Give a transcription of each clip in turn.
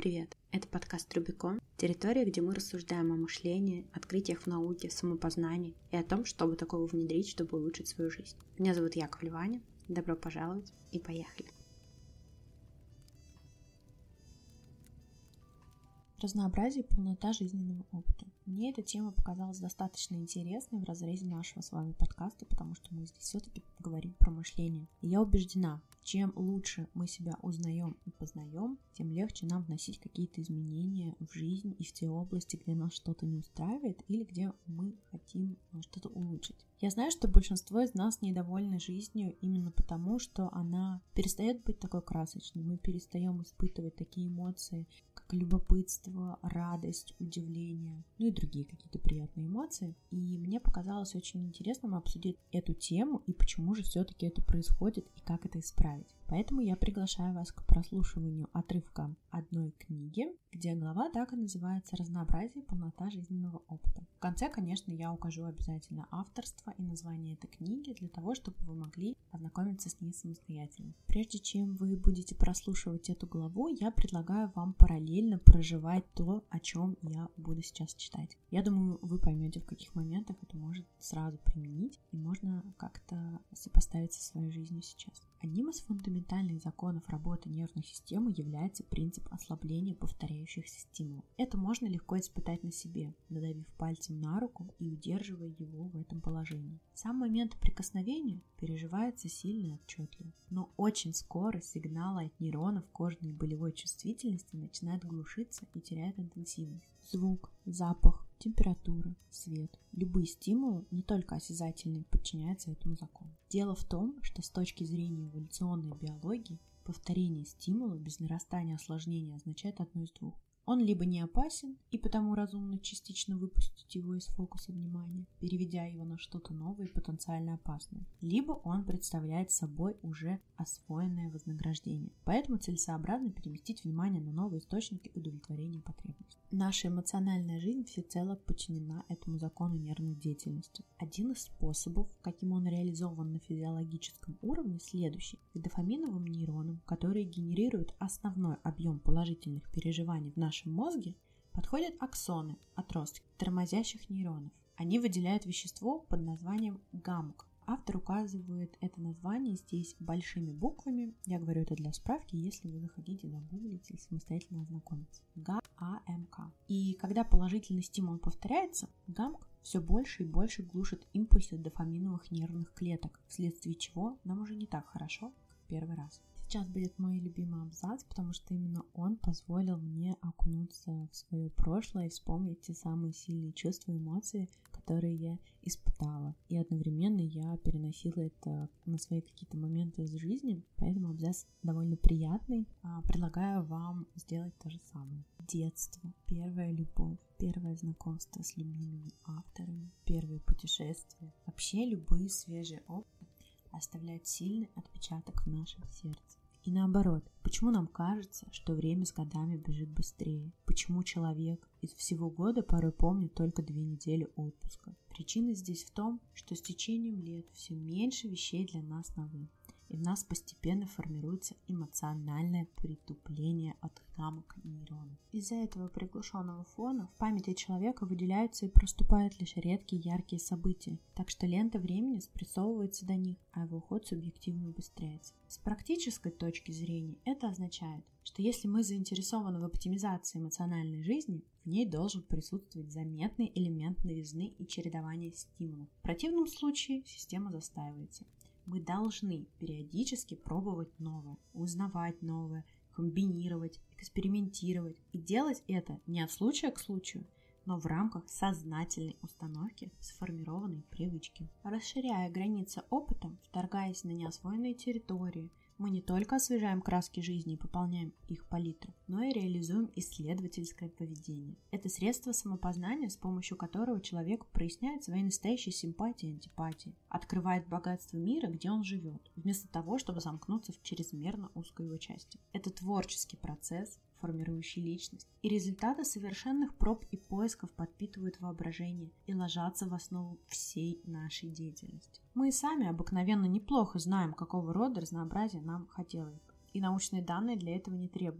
Привет! Это подкаст Рубикон, территория, где мы рассуждаем о мышлении, открытиях в науке, самопознании и о том, чтобы такого внедрить, чтобы улучшить свою жизнь. Меня зовут Яков Ливанин. Добро пожаловать и поехали! Разнообразие и полнота жизненного опыта. Мне эта тема показалась достаточно интересной в разрезе нашего с вами подкаста, потому что мы здесь все-таки говорим про мышление. И я убеждена, чем лучше мы себя узнаем и познаем, тем легче нам вносить какие-то изменения в жизнь и в те области, где нас что-то не устраивает или где мы хотим что-то улучшить. Я знаю, что большинство из нас недовольны жизнью именно потому, что она перестает быть такой красочной. Мы перестаем испытывать такие эмоции, как любопытство, радость, удивление, ну и другие какие-то приятные эмоции. И мне показалось очень интересным обсудить эту тему и почему же все-таки это происходит и как это исправить. Поэтому я приглашаю вас к прослушиванию отрывка одной книги, где глава так и называется «Разнообразие и полнота жизненного опыта». В конце, конечно, я укажу обязательно авторство и название этой книги для того, чтобы вы могли ознакомиться с ней самостоятельно. Прежде чем вы будете прослушивать эту главу, я предлагаю вам параллельно проживать то, о чем я буду сейчас читать. Я думаю, вы поймете, в каких моментах это может сразу применить и можно как-то сопоставить со своей жизнью сейчас. Одним из фундаментальных законов работы нервной системы является принцип ослабления повторяющихся стимулов. Это можно легко испытать на себе, надавив пальцем на руку и удерживая его в этом положении. Сам момент прикосновения переживается сильно и отчетливо, но очень скоро сигналы от нейронов кожной и болевой чувствительности начинают глушиться и теряют интенсивность. Звук, запах, температура, свет. Любые стимулы, не только осязательные, подчиняются этому закону. Дело в том, что с точки зрения эволюционной биологии повторение стимула без нарастания осложнения означает одно из двух. Он либо не опасен, и потому разумно частично выпустить его из фокуса внимания, переведя его на что-то новое и потенциально опасное, либо он представляет собой уже освоенное вознаграждение. Поэтому целесообразно переместить внимание на новые источники удовлетворения потребностей. Наша эмоциональная жизнь всецело подчинена этому закону нервной деятельности. Один из способов, каким он реализован на физиологическом уровне, следующий. К дофаминовым нейронам, которые генерируют основной объем положительных переживаний в нашем мозге, подходят аксоны, отростки тормозящих нейронов. Они выделяют вещество под названием ГАМК. Автор указывает это название здесь большими буквами. Я говорю это для справки, если вы захотите загуглить или самостоятельно ознакомиться. ГАМК. И когда положительный стимул повторяется, ГАМК все больше и больше глушит импульсы дофаминовых нервных клеток, вследствие чего нам уже не так хорошо, как в первый раз. Сейчас будет мой любимый абзац, потому что именно он позволил мне окунуться в свое прошлое и вспомнить те самые сильные чувства и эмоции, которые я испытала. И одновременно я переносила это на свои какие-то моменты из жизни, поэтому абзац довольно приятный. Предлагаю вам сделать то же самое. Детство, первая любовь, первое знакомство с любимыми авторами, первые путешествия. Вообще любые свежие опыты оставляют сильный отпечаток в нашем сердце. И наоборот, почему нам кажется, что время с годами бежит быстрее? Почему человек из всего года порой помнит только 2 недели отпуска? Причина здесь в том, что с течением лет все меньше вещей для нас новы, и в нас постепенно формируется эмоциональное притупление от гамок нейронов. Из-за этого приглушенного фона в памяти человека выделяются и проступают лишь редкие яркие события, так что лента времени спрессовывается до них, а его ход субъективно убыстряется. С практической точки зрения это означает, что если мы заинтересованы в оптимизации эмоциональной жизни, в ней должен присутствовать заметный элемент новизны и чередования стимулов. В противном случае система застаивается. Мы должны периодически пробовать новое, узнавать новое, комбинировать, экспериментировать и делать это не от случая к случаю, но в рамках сознательной установки сформированной привычки. Расширяя границы опыта, вторгаясь на неосвоенные территории, мы не только освежаем краски жизни и пополняем их палитру, но и реализуем исследовательское поведение. Это средство самопознания, с помощью которого человек проясняет свои настоящие симпатии и антипатии, открывает богатство мира, где он живет, вместо того, чтобы замкнуться в чрезмерно узкой его части. Это творческий процесс, формирующий личность, и результаты совершенных проб и поисков подпитывают воображение и ложатся в основу всей нашей деятельности. Мы и сами обыкновенно неплохо знаем, какого рода разнообразие нам хотелось бы, и научные данные для этого не требуются.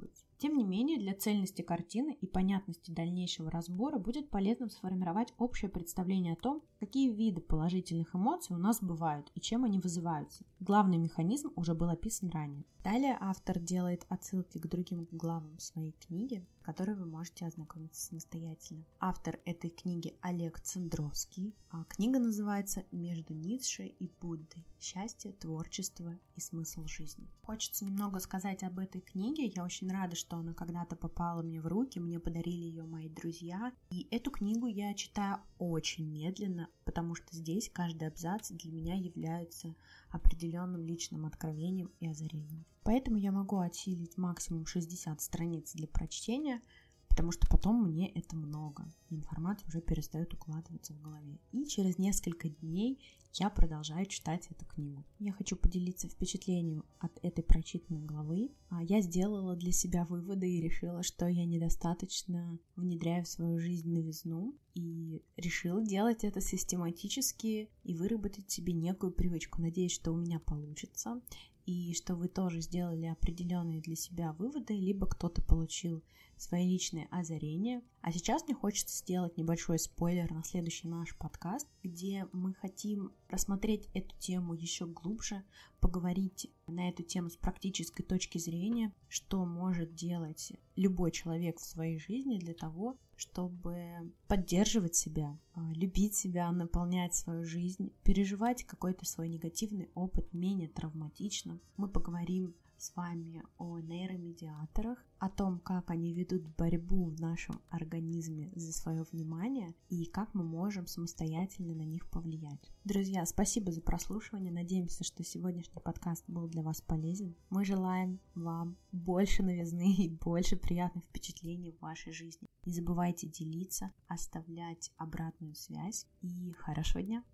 Тем не менее, для цельности картины и понятности дальнейшего разбора будет полезным сформировать общее представление о том, какие виды положительных эмоций у нас бывают и чем они вызываются. Главный механизм уже был описан ранее. Далее автор делает отсылки к другим главам своей книги, с которой вы можете ознакомиться самостоятельно. Автор этой книги Олег Цендровский, а книга называется «Между Ницше и Буддой. Счастье, творчество и смысл жизни». Хочется немного сказать об этой книге. Я очень рада, что она когда-то попала мне в руки, мне подарили ее мои друзья. И эту книгу я читаю очень медленно, потому что здесь каждый абзац для меня является определенным личным откровением и озарением. Поэтому я могу осилить максимум 60 страниц для прочтения, потому что потом мне это много, и информация уже перестает укладываться в голове. И через несколько дней я продолжаю читать эту книгу. Я хочу поделиться впечатлением от этой прочитанной главы. Я сделала для себя выводы и решила, что я недостаточно внедряю в свою жизнь новизну, и решила делать это систематически и выработать себе некую привычку. Надеюсь, что у меня получится, и что вы тоже сделали определенные для себя выводы, либо кто-то получил свои личные озарения. А сейчас мне хочется сделать небольшой спойлер на следующий наш подкаст, где мы хотим рассмотреть эту тему еще глубже, поговорить на эту тему с практической точки зрения, что может делать любой человек в своей жизни для того, чтобы поддерживать себя, любить себя, наполнять свою жизнь, переживать какой-то свой негативный опыт менее травматично. Мы поговорим с вами о нейромедиаторах, о том, как они ведут борьбу в нашем организме за свое внимание и как мы можем самостоятельно на них повлиять. Друзья, спасибо за прослушивание. Надеемся, что сегодняшний подкаст был для вас полезен. Мы желаем вам больше новизны и больше приятных впечатлений в вашей жизни. Не забывайте делиться, оставлять обратную связь и хорошего дня!